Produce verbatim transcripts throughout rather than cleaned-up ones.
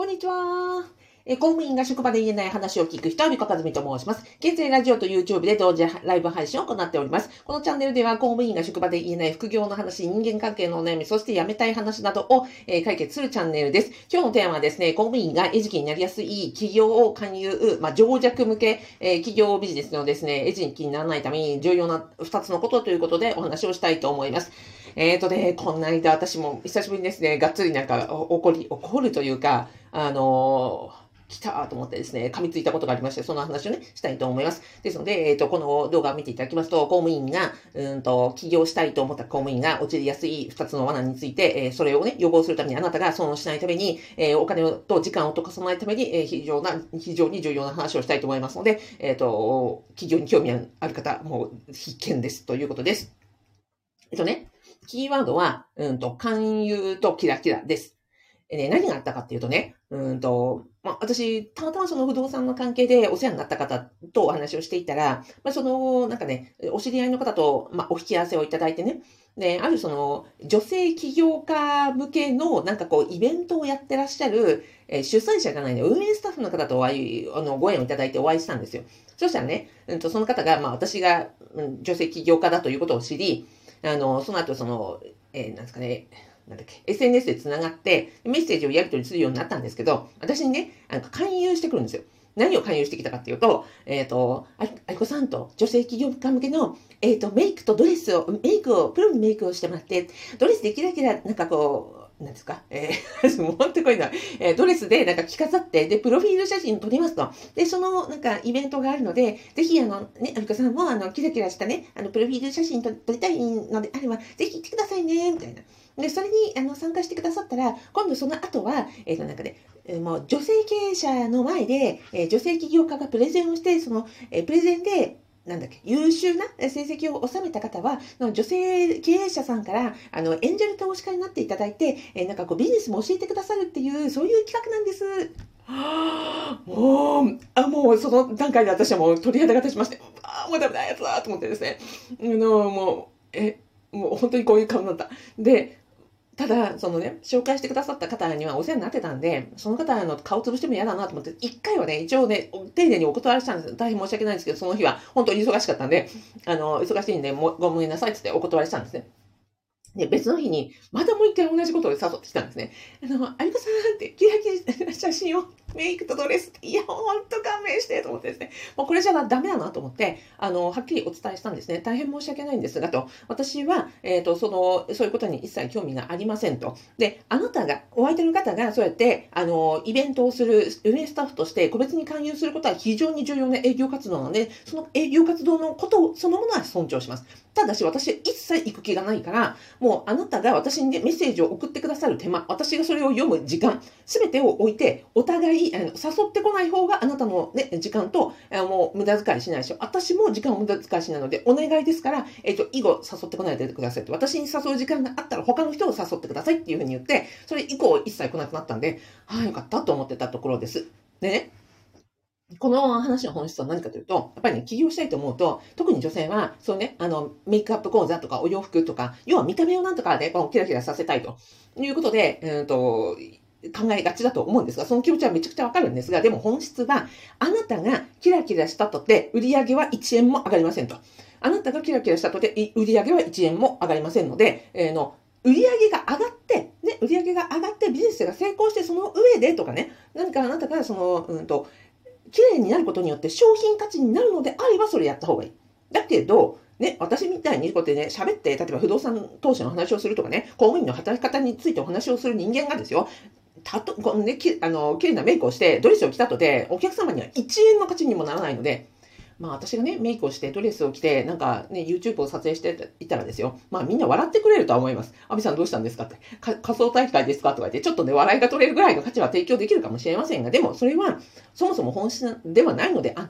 こんにちは。えー公務員が職場で言えない話を聞く人は、美香和美と申します。現在、ラジオと YouTube で同時ライブ配信を行っております。このチャンネルでは、公務員が職場で言えない副業の話、人間関係のお悩み、そして辞めたい話などを、えー解決するチャンネルです。今日のテーマはですね、公務員が餌食になりやすい企業を勧誘、まあ、情弱向け、えー企業ビジネスのですね、餌食にならないために重要なふたつのことということでお話をしたいと思います。えーとね、こんな間私も久しぶりにですね、がっつりなんかお怒り、怒るというか、あのー来たーと思ってですね、噛みついたことがありまして、その話をね、したいと思います。ですので、えっ、と、この動画を見ていただきますと、公務員が、うんと、起業したいと思った公務員が陥りやすいふたつの罠について、えーそれをね、予防するために、あなたが損をしないために、えーお金と時間を溶かさないために、えー非常な、非常に重要な話をしたいと思いますので、えっ、と、起業に興味ある方、もう必見ですということです。えっとね、キーワードは、うんと、勧誘とキラキラです。えね、何があったかっていうとね、うんと、まあ、私、たまたまその不動産の関係でお世話になった方とお話をしていたら、まあ、その、なんかね、お知り合いの方と、まあ、お引き合わせをいただいてね、で、あるその、女性起業家向けの、なんかこう、イベントをやってらっしゃる、えー主催者じゃないね、運営スタッフの方とお会い、あの、ご縁をいただいてお会いしたんですよ。そしたらね、うんと、その方が、まあ、私が、うん、女性起業家だということを知り、あの、その後、その、えーなんですかね、なんだっけ、エスエヌエス で繋がって、メッセージをやり取りするようになったんですけど、私にね、あの勧誘してくるんですよ。何を勧誘してきたかっていうと、えっ、と、あありこさんと女性起業家向けの、えっ、と、メイクとドレスを、メイクを、プロにメイクをしてもらって、ドレスでキラキラ、なんかこう、なんですか、えー、もう本当にこういうのは、えードレスでなんか着飾って、で、プロフィール写真撮りますと。で、そのなんかイベントがあるので、ぜひあの、ね、ありこさんもあの、キラキラしたね、あの、プロフィール写真撮撮りたいのであれば、ぜひ来てくださいね、みたいな。で、それにあの参加してくださったら、今度その後は、えっ、と、なんかね、えーもう女性経営者の前で、えー女性起業家がプレゼンをして、その、えープレゼンで、なんだっけ、優秀な成績を収めた方は、女性経営者さんから、あの、エンジェル投資家になっていただいて、えーなんかこう、ビジネスも教えてくださるっていう、そういう企画なんです。はあ、もう、あ、もうその段階で私はもう鳥肌が立ちまして、ああ、もうダメなやつだと思ってですね。あの、もう、え、もう本当にこういう顔になった。で、ただ、そのね、紹介してくださった方にはお世話になってたんで、その方の顔潰しても嫌だなと思って、一回はね、一応ね、丁寧にお断りしたんです。大変申し訳ないんですけど、その日は本当に忙しかったんで、あの、忙しいんで、もごめんなさいって言ってお断りしたんですね。で、別の日に、またもう一回同じことを誘ってきたんですね。あの、ありこさんって、キラキラ写真を、メイクとドレスって、いや、ほんと勘弁してと思ってですね、もうこれじゃダメだなと思って、あの、はっきりお伝えしたんですね。大変申し訳ないんですが、と。私は、えっ、と、その、そういうことに一切興味がありませんと。で、あなたが、お相手の方が、そうやって、あの、イベントをする運営スタッフとして、個別に勧誘することは非常に重要な営業活動なので、その営業活動のことを、そのものは尊重します。ただし、私は一切行く気がないから、もうあなたが私に、ね、メッセージを送ってくださる手間、私がそれを読む時間、すべてを置いて、お互いあの誘ってこない方があなたの、ね、時間と、あのもう無駄遣いしないし、私も時間を無駄遣いしないので、お願いですから、えっ、と、以後誘ってこないでくださいって、私に誘う時間があったら他の人を誘ってくださいっていうふうに言って、それ以降一切来なくなったんで、ああ、よかったと思ってたところです。でね、この話の本質は何かというと、やっぱりね、起業したいと思うと、特に女性は、そうね、あの、メイクアップ講座とかお洋服とか、要は見た目をなんとかで、こうキラキラさせたいということで、えーと、考えがちだと思うんですが、その気持ちはめちゃくちゃわかるんですが、でも本質は、あなたがキラキラしたとて、売り上げはいちえんも上がりませんと。あなたがキラキラしたとて、売り上げはいちえんも上がりませんので、えーの、売り上げが上がって、ね、売り上げが上がってビジネスが成功して、その上でとかね、何かあなたがその、うんと、綺麗になることによって商品価値になるのであればそれやった方がいい。だけど、ね、私みたいにこうやってね、喋って、例えば不動産投資の話をするとかね、公務員の働き方についてお話をする人間がですよ、たと、このね、きあの、綺麗なメイクをして、ドレスを着たとて、お客様にはいちえんの価値にもならないので、まあ私がね、メイクをしてドレスを着て、なんかね、YouTube を撮影していたらですよ。まあみんな笑ってくれるとは思います。アビさんどうしたんですかって。か仮想大会ですかとか言って、ちょっとね、笑いが取れるぐらいの価値は提供できるかもしれませんが、でもそれはそもそも本質ではないのであって、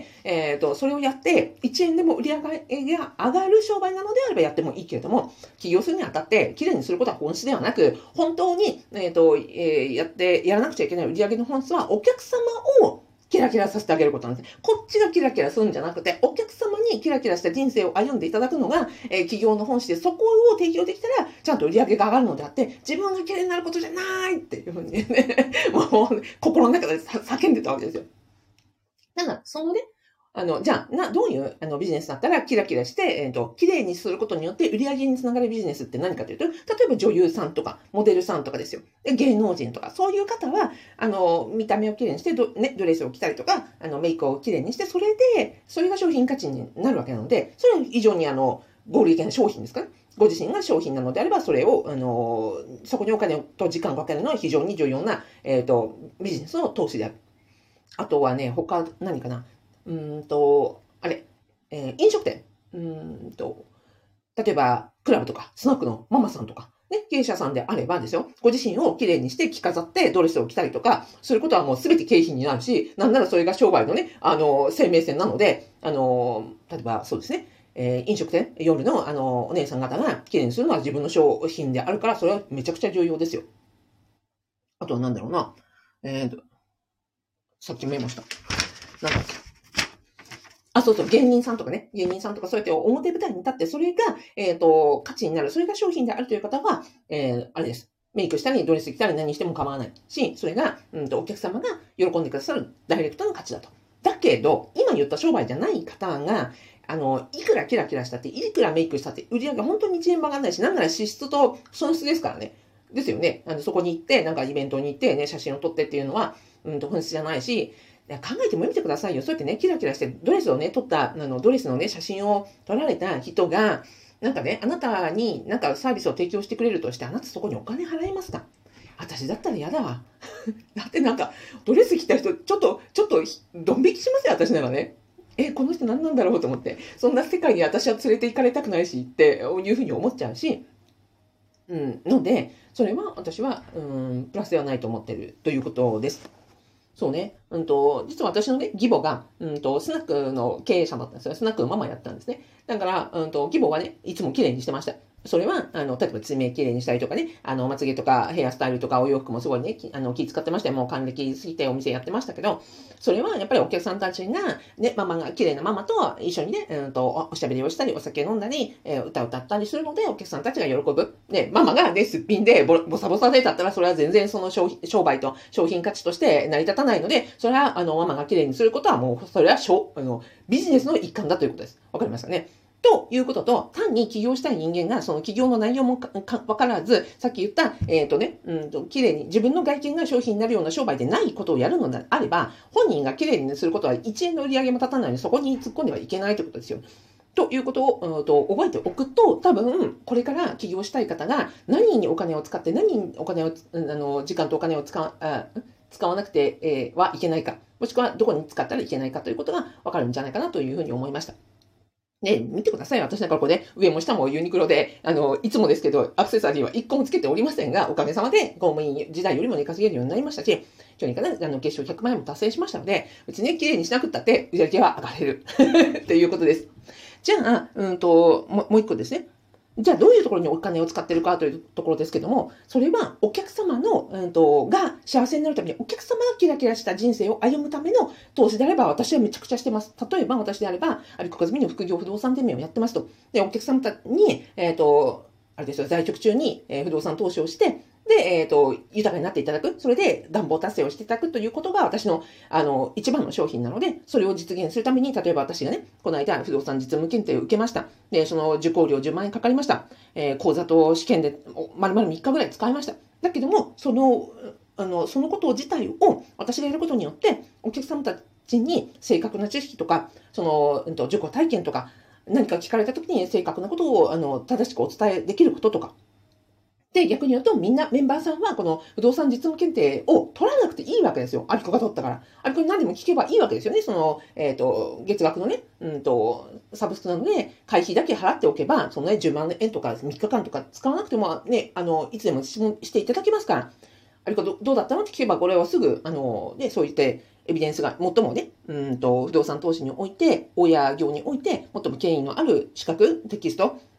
えっ、と、それをやって、いちえんでも売り上げが上がる商売なのであればやってもいいけれども、起業するにあたって、綺麗にすることは本質ではなく、本当に、えっ、と、えーやって、やらなくちゃいけない売り上げの本質は、お客様をキラキラさせてあげることなんです。こっちがキラキラするんじゃなくて、お客様にキラキラした人生を歩んでいただくのが、えー、企業の本質で、そこを提供できたら、ちゃんと売り上げが上がるのであって、自分が綺麗になることじゃないっていうふうにね、もう、心の中で叫んでたわけですよ。だから、そのね、あの、じゃあ、な、どういう、あの、ビジネスだったら、キラキラして、えっと、綺麗にすることによって、売り上げにつながるビジネスって何かというと、例えば女優さんとか、モデルさんとかですよ。で、芸能人とか、そういう方は、あの、見た目を綺麗にして、ど、ね、ドレスを着たりとか、あの、メイクを綺麗にして、それで、それが商品価値になるわけなので、それは非常に、あの、合理的な商品ですから、ご自身が商品なのであれば、それを、あの、そこにお金と時間をかけるのは非常に重要な、えっと、ビジネスの投資である。あとはね、他、何かな。うーんと、あれ、えー飲食店。うーんと、例えば、クラブとか、スナックのママさんとか、ね、経営者さんであればですよ、ご自身をきれいにして着飾ってドレスを着たりとか、することはもうすべて経費になるし、なんならそれが商売のね、あの、生命線なので、あの、例えばそうですね、えー飲食店、夜の、あの、お姉さん方がきれいにするのは自分の商品であるから、それはめちゃくちゃ重要ですよ。あとはなんだろうな、えーと、さっきメモした。なんだっけ。あ、そうそう、芸人さんとかね、芸人さんとかそうやって表舞台に立って、それが、えっと、価値になる、それが商品であるという方は、えー、あれです。メイクしたり、ドレス着たり何しても構わないし、それが、うんと、お客様が喜んでくださるダイレクトの価値だと。だけど、今言った商売じゃない方が、あの、いくらキラキラしたって、いくらメイクしたって、売り上げ本当にいちえんも上がらないし、なんなら支出と損失ですからね。ですよね。あのそこに行って、なんかイベントに行ってね、写真を撮ってっていうのは、うんと、本質じゃないし、いや考えてもみてくださいよ。そうやってね、キラキラしてドレスをね、撮った、あの、ドレスのね、写真を撮られた人が、なんかね、あなたになんかサービスを提供してくれるとして、あなたそこにお金払いますか？私だったら嫌だわ。だってなんか、ドレス着た人、ちょっと、ちょっと、ドン引きしますよ、私ならね。え、この人何なんだろうと思って。そんな世界に私は連れて行かれたくないし、っていうふうに思っちゃうし、うん、ので、それは私は、うん、プラスではないと思っているということです。そうね。うんと、実は私のね、義母が、うんと、スナックの経営者だったんですよ。スナックのママやったんですね。だから、うんと、義母はね、いつも綺麗にしてました。それは、あの、例えば爪綺麗にしたりとかね、あの、まつげとかヘアスタイルとかお洋服もすごいね、あの、気使ってましたよ。もう還暦過ぎてお店やってましたけど、それはやっぱりお客さんたちが、ね、ママが、綺麗なママと一緒にね、うんと、おしゃべりをしたり、お酒飲んだり、えー、歌を歌ったりするので、お客さんたちが喜ぶ。ね、ママがね、すっぴんでボ、ボサボサでだったら、それは全然その商商売と商品価値として成り立たないので、それは、あの、ママが綺麗にすることはもう、それは、あの、ビジネスの一環だということです。わかりますかね？ということと、単に起業したい人間が、その起業の内容もわからず、さっき言った、えっ、ー、とね、うんと、綺麗に、自分の外見が商品になるような商売でないことをやるのであれば、本人が綺麗にすることはいちえんの売り上げも立たないので、そこに突っ込んではいけないということですよ。ということを、うん、と覚えておくと、多分、これから起業したい方が、何にお金を使って、何にお金を、あの、時間とお金を使わ、あ使わなくて、えー、はいけないか、もしくはどこに使ったらいけないかということがわかるんじゃないかなというふうに思いました。ね、見てください。私なんかこれ、ね、上も下もユニクロで、あの、いつもですけど、アクセサリーはいっこもつけておりませんが、おかげさまで公務員時代よりもね、稼げるようになりましたし、去年から、ね、あの、月賞ひゃくまんえんも達成しましたので、別にね、綺麗にしなくったって、売り上げは上がれる。ということです。じゃあ、うんと、ももう一個ですね。じゃあどういうところにお金を使ってるかというところですけども、それはお客様の、うんと、が幸せになるために、お客様がキラキラした人生を歩むための投資であれば、私はめちゃくちゃしてます。例えば私であれば、アビコカズミの副業不動産店名をやってますと。で、お客様に、えっ、ー、と、あれですよ、在職中に、えー、不動産投資をして、で、えっ、ー、と、豊かになっていただく。それで願望達成をしていただくということが私の、あの、一番の商品なので、それを実現するために、例えば私がね、この間不動産実務検定を受けました。で、その受講料じゅうまんえんかかりました。えー、講座と試験で、まるまるみっかぐらい使いました。だけども、その、あの、そのこと自体を私がやることによって、お客様たちに正確な知識とか、その、うん、と受講体験とか、何か聞かれたときに正確なことを、あの、正しくお伝えできることとか、で、逆に言うと、みんな、メンバーさんは、この不動産実務検定を取らなくていいわけですよ。アビコが取ったから。アビコに何でも聞けばいいわけですよね。その、えっ、ー、と、月額のね、うんと、サブスクなので、会費だけ払っておけば、そのね、じゅうまんえんとかみっかかんとか使わなくてもね、あの、いつでも質問していただけますから。アビコどどうだったのって聞けば、これはすぐ、あの、ね、そう言って、エビデンスが最もね、うんと、不動産投資において、親業において、最も権威のある資格、テキスト、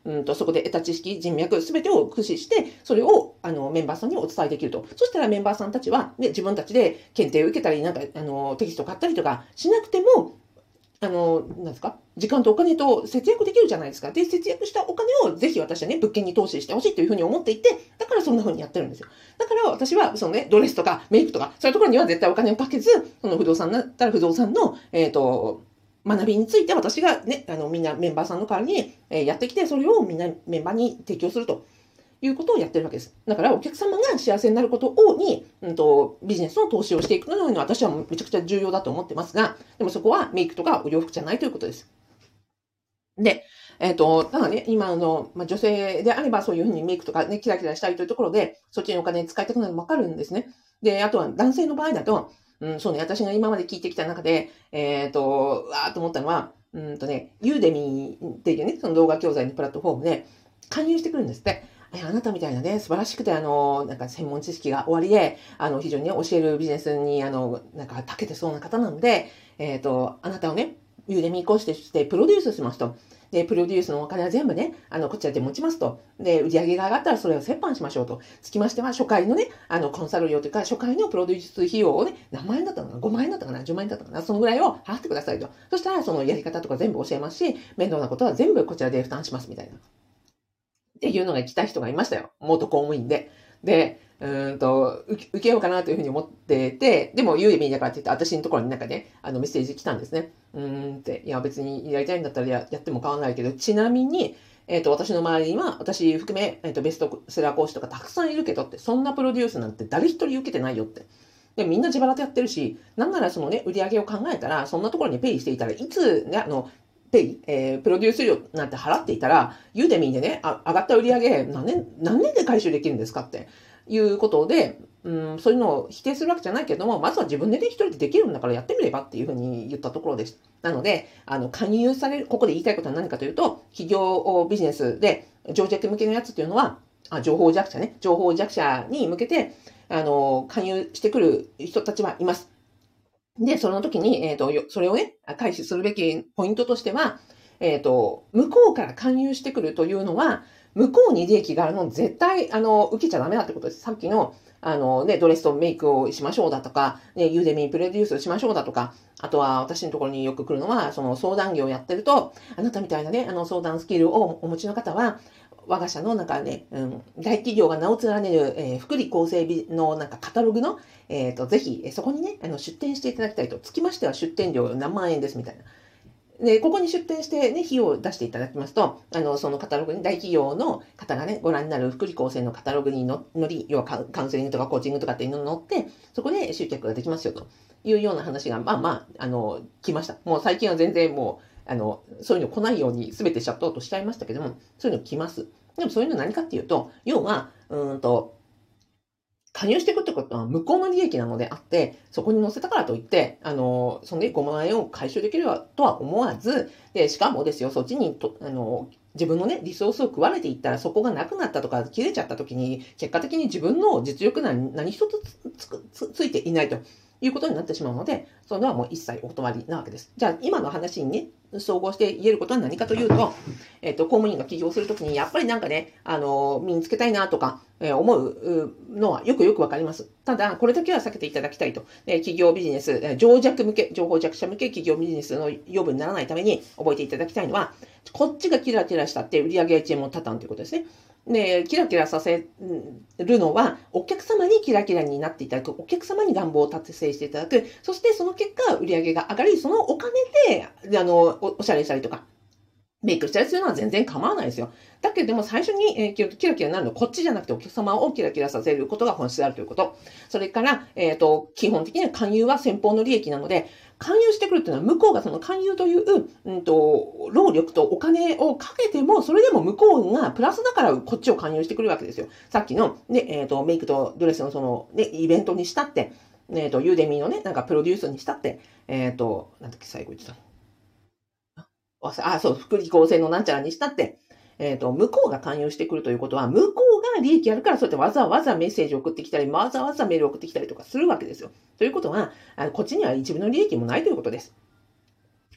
うんと、そこで得た知識、人脈、すべてを駆使して、それを、あの、メンバーさんにお伝えできると。そしたらメンバーさんたちは、ね、自分たちで検定を受けたり、なんか、あの、テキスト買ったりとかしなくても、あの、なんですか、時間とお金と節約できるじゃないですか。で、節約したお金をぜひ私はね、物件に投資してほしいというふうに思っていて、だからそんなふうにやってるんですよ。だから私は、そのね、ドレスとかメイクとか、そういうところには絶対お金をかけず、その不動産だったら不動産の、えっと、学びについて私がね、あの、みんなメンバーさんの代わりに、えーやってきて、それをみんなメンバーに提供すると。いうことをやってるわけです。だからお客様が幸せになることをに、うんと、ビジネスの投資をしていくのは私はめちゃくちゃ重要だと思ってますが、でもそこはメイクとかお洋服じゃないということです。で、えっ、と、ただね、今あの、まあ、女性であればそういうふうにメイクとかね、キラキラしたいというところで、そっちにお金使いたくなるのわかるんですね。で、あとは男性の場合だと、うん、そうね、私が今まで聞いてきた中で、えっ、と、わーっと思ったのは、うんとね、ユーデミーっていうね、その動画教材のプラットフォームで勧誘してくるんですって。えあなたみたいなね、素晴らしくて、あの、なんか専門知識が終わりで、あの、非常にね、教えるビジネスに、あの、なんか、長けてそうな方なので、えっ、と、あなたをね、ユーデミー講師としてプロデュースしますと。で、プロデュースのお金は全部ね、あの、こちらで持ちますと。で、売り上げが上がったらそれを折半しましょうと。つきましては、初回のね、あの、コンサル料というか、初回のプロデュース費用をね、何万円だったかな ?ご 万円だったかな ?じゅう 万円だったかなそのぐらいを払ってくださいと。そしたら、そのやり方とか全部教えますし、面倒なことは全部こちらで負担しますみたいな。っていうのが来た人がいましたよ。元公務員で。で、うーんと、受け受けようかなというふうに思ってて、でも、ユーデミーだからって言って、私のところになんかね、あのメッセージ来たんですね。うーんって、いや別にやりたいんだったらややっても変わらないけど、ちなみに、えっ、と、私の周りには、私含め、えっ、と、ベストセラー講師とかたくさんいるけどって、そんなプロデュースなんて誰一人受けてないよって。で、みんな自腹でやってるし、なんならそのね、売り上げを考えたら、そんなところにペイしていたらいつね、あの、ペイ、えープロデュース料なんて払っていたら、ユーデミーでね、あ上がった売り上げ何年、何年で回収できるんですかっていうことで、うん、そういうのを否定するわけじゃないけども、まずは自分でね、一人でできるんだからやってみればっていうふうに言ったところです。なので、あの、勧誘される、ここで言いたいことは何かというと、企業ビジネスで、情弱向けのやつっていうのは、あ情報弱者ね、情報弱者に向けて、あの、勧誘してくる人たちはいます。で、その時に、えっ、と、よそれをね、回避するべきポイントとしては、えっ、と、向こうから勧誘してくるというのは、向こうに利益があるのを絶対、あの、受けちゃダメだってことです。さっきの、あのね、ドレスとメイクをしましょうだとか、ね、ユーデミープロデュースしましょうだとか、あとは私のところによく来るのは、その相談業をやってると、あなたみたいなね、あの相談スキルをお持ちの方は、我が社のなんかね、うん、大企業が名を連ねる、えー福利厚生のなんかカタログの、えっ、と、ぜひ、えそこにね、あの出店していただきたいと。つきましては出店料何万円ですみたいな。で、ここに出店してね、費用を出していただきますと、あの、そのカタログに大企業の方がね、ご覧になる福利厚生のカタログにの乗り、要はカウンセリングとかコーチングとかっていうのに乗って、そこで集客ができますよというような話が、まあまあ、あの、来ました。もう最近は全然もう、あの、そういうの来ないように全てシャットアウトしちゃいましたけども、そういうの来ます。でもそういうの何かっていうと、要は、うーんと、加入していくってことは向こうの利益なのであって、そこに載せたからといって、あの、そのね、ごまん円を回収できるとは思わず、で、しかもですよ、そっちにと、あの、自分のね、リソースを食われていったら、そこがなくなったとか、切れちゃった時に、結果的に自分の実力な何一つつつつついていないということになってしまうので、それはもう一切お断りなわけです。じゃあ、今の話にね、総合して言えることは何かというと、えっと、公務員が起業するときに、やっぱりなんかね、あの、身につけたいなとか、えー思うのはよくよくわかります。ただ、これだけは避けていただきたいと。えー企業ビジネス、えー情弱向け、情報弱者向け企業ビジネスの予部にならないために覚えていただきたいのは、こっちがキラキラしたって売上いちえんも立たんということですね。で、キラキラさせるのは、お客様にキラキラになっていただく、お客様に願望を達成していただく、そしてその結果、売上が上がり、そのお金で、あの、おおしゃれしたりとか、メイクしたりするのは全然構わないですよ。だけども最初に、えーキラキラになるのはこっちじゃなくてお客様をキラキラさせることが本質であるということ。それから、えっ、と、基本的には勧誘は先方の利益なので、勧誘してくるっていうのは向こうがその勧誘という、うんと、労力とお金をかけても、それでも向こうがプラスだからこっちを勧誘してくるわけですよ。さっきの、ね、えっ、と、メイクとドレスのその、ね、イベントにしたって、えっ、と、ユーデミーのね、なんかプロデュースにしたって、えっ、と、なんだっけ、最後言ってたの。あ、そう、福利厚生のなんちゃらにしたって、えっ、と、向こうが勧誘してくるということは、向こうが利益あるから、そうやってわざわざメッセージを送ってきたり、わざわざメールを送ってきたりとかするわけですよ。ということは、あのこっちには一部の利益もないということです。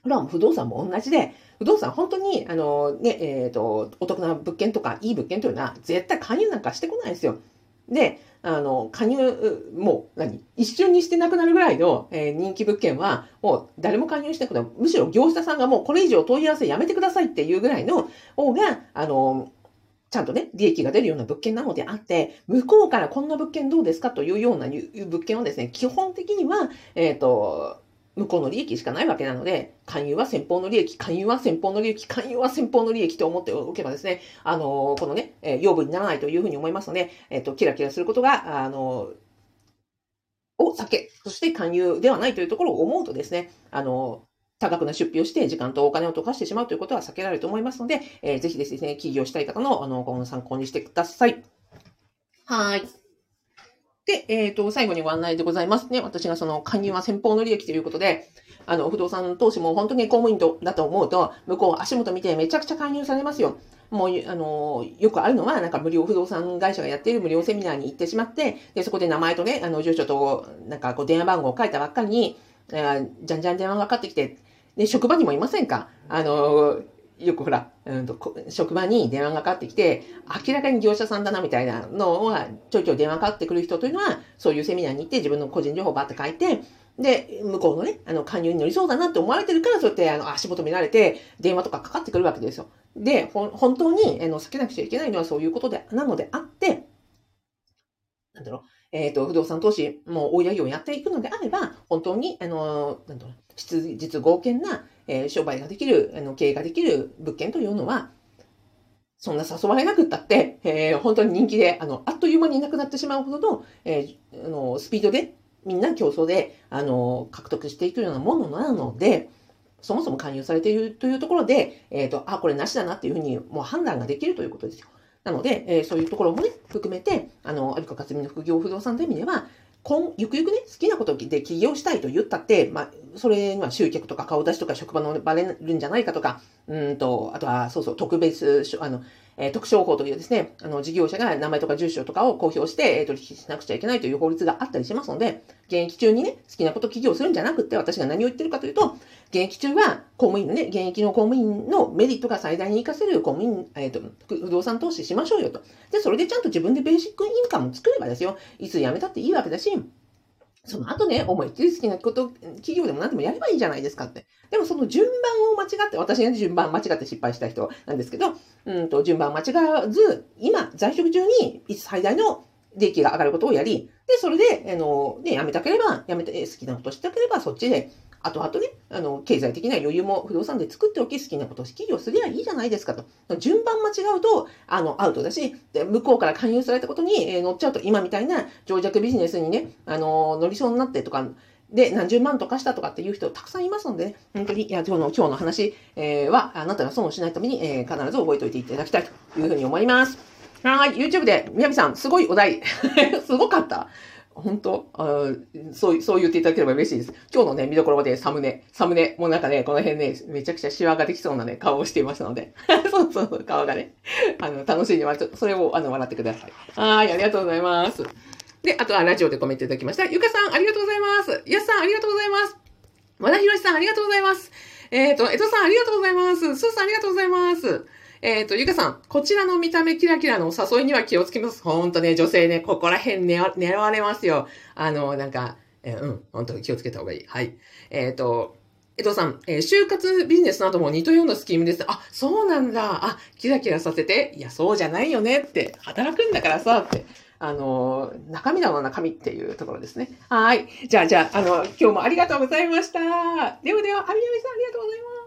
これはもう不動産も同じで、不動産本当に、あの、ね、えっと、お得な物件とかいい物件というのは絶対加入なんかしてこないんですよ。で、あの、加入、もう何、一瞬にしてなくなるぐらいの、えー人気物件は、もう誰も加入してなくて、むしろ業者さんがもうこれ以上問い合わせやめてくださいっていうぐらいの方が、あの、ちゃんとね、利益が出るような物件なのであって、向こうからこんな物件どうですかというような物件はですね、基本的には、えっと、向こうの利益しかないわけなので、勧誘は先方の利益、勧誘は先方の利益、勧誘は先方の利益と思っておけばですね、あの、このね、えー養分にならないというふうに思いますので、えっと、キラキラすることが、あの、を避け、そして勧誘ではないというところを思うとですね、あの、多額な出費をして時間とお金を溶かしてしまうということは避けられると思いますので、えーぜひですね、起業したい方の、あの、今後の参考にしてください。はーい。で、えっと、最後にご案内でございますね。私がその、加入は先方の利益ということで、あの、不動産投資も本当に公務員とだと思うと、向こう足元見てめちゃくちゃ勧誘されますよ。もう、あの、よくあるのは、なんか無料不動産会社がやっている無料セミナーに行ってしまって、で、そこで名前とね、あの、住所と、なんかこう、電話番号を書いたばっかりに、えーじゃんじゃん電話がかかってきて、で、職場にもいませんか？あの、よくほら、うんと、こ職場に電話がかかってきて、明らかに業者さんだなみたいなのがちょいちょい電話かかってくる人というのは、そういうセミナーに行って自分の個人情報をバーって書いて、で、向こうのね、あの、加入に乗りそうだなって思われてるから、そうやってあの足元見られて、電話とかかかってくるわけですよ。で、ほん本当にあの避けなくちゃいけないのはそういうことで、なのであって、なんだろう、えっと、不動産投資、もう大家業をやっていくのであれば、本当に、あの、なんだろう、質実合憲な、えー商売ができる、あの、経営ができる物件というのは、そんな誘われなくったって、えー本当に人気で、あの、あっという間にいなくなってしまうほどの、えーあの、スピードで、みんな競争で、あの、獲得していくようなものなので、そもそも勧誘されているというところで、えっと、あ、これなしだなっていうふうにもう判断ができるということですよ。なので、えーそういうところもね、含めて、あの、有川克美の副業不動産という意味では、今、ゆくゆくね、好きなことで起業したいと言ったって、まあ、それには集客とか顔出しとか職場のバレるんじゃないかとか、うんと、あとは、そうそう、特別しょ、あの、えー特商法というですね、あの、事業者が名前とか住所とかを公表して、えー取引しなくちゃいけないという法律があったりしますので、現役中にね、好きなこと起業するんじゃなくって、私が何を言ってるかというと、現役中は公務員のね、現役の公務員のメリットが最大に活かせる公務員、えっ、と、不動産投資しましょうよと。で、それでちゃんと自分でベーシックインカムを作ればですよ、いつ辞めたっていいわけだし、その後ね、思いっきり好きなこと、企業でも何でもやればいいじゃないですかって。でもその順番を間違って、私が順番間違って失敗した人なんですけど、うんと、順番を間違わず、今、在職中に最大の利益が上がることをやり、で、それで、あの、ね、辞めたければ、辞めて、好きなことしたければ、そっちで、後々ね、あの、経済的な余裕も不動産で作っておき、好きなことを起業すりゃいいじゃないですかと。順番間違うと、あの、アウトだし、で向こうから勧誘されたことに、えー乗っちゃうと、今みたいな情弱ビジネスにね、あの、乗りそうになってとか、で、何十万とかしたとかっていう人たくさんいますので、ね、本当に、いや、今日の、今日の話、えーは、あなたが損をしないために、えー必ず覚えておいていただきたいというふうに思います。はい、YouTube で、みやびさん、すごいお題。すごかった。本当あーそう、そう言っていただければ嬉しいです。今日のね、見どころでサムネ。サムネ。もうなんかね、この辺ね、めちゃくちゃシワができそうなね、顔をしていましたので。そうそうそう、顔がね。あの、楽しいには、ちょっと、それを、あの、笑ってください。はい、ありがとうございます。で、あとはラジオでコメントいただきました。ゆかさん、ありがとうございます。やすさん、ありがとうございます。和田ひろしさん、ありがとうございます。えっ、と、江戸さん、ありがとうございます。すーさん、ありがとうございます。えっ、と、ゆかさん、こちらの見た目キラキラのお誘いには気をつけます。ほんとね、女性ね、ここら辺狙狙われますよ。あの、なんか、えーうん、ほんと気をつけた方がいい。はい。えっ、と、江戸さん、えー就活ビジネスなども似たようなスキームです。あ、そうなんだ。あ、キラキラさせて。いや、そうじゃないよねって。働くんだからさ、って。あの、中身だの中身っていうところですね。はい。じゃあ、じゃあ、あの、今日もありがとうございました。ではでは、あみやみさんありがとうございます。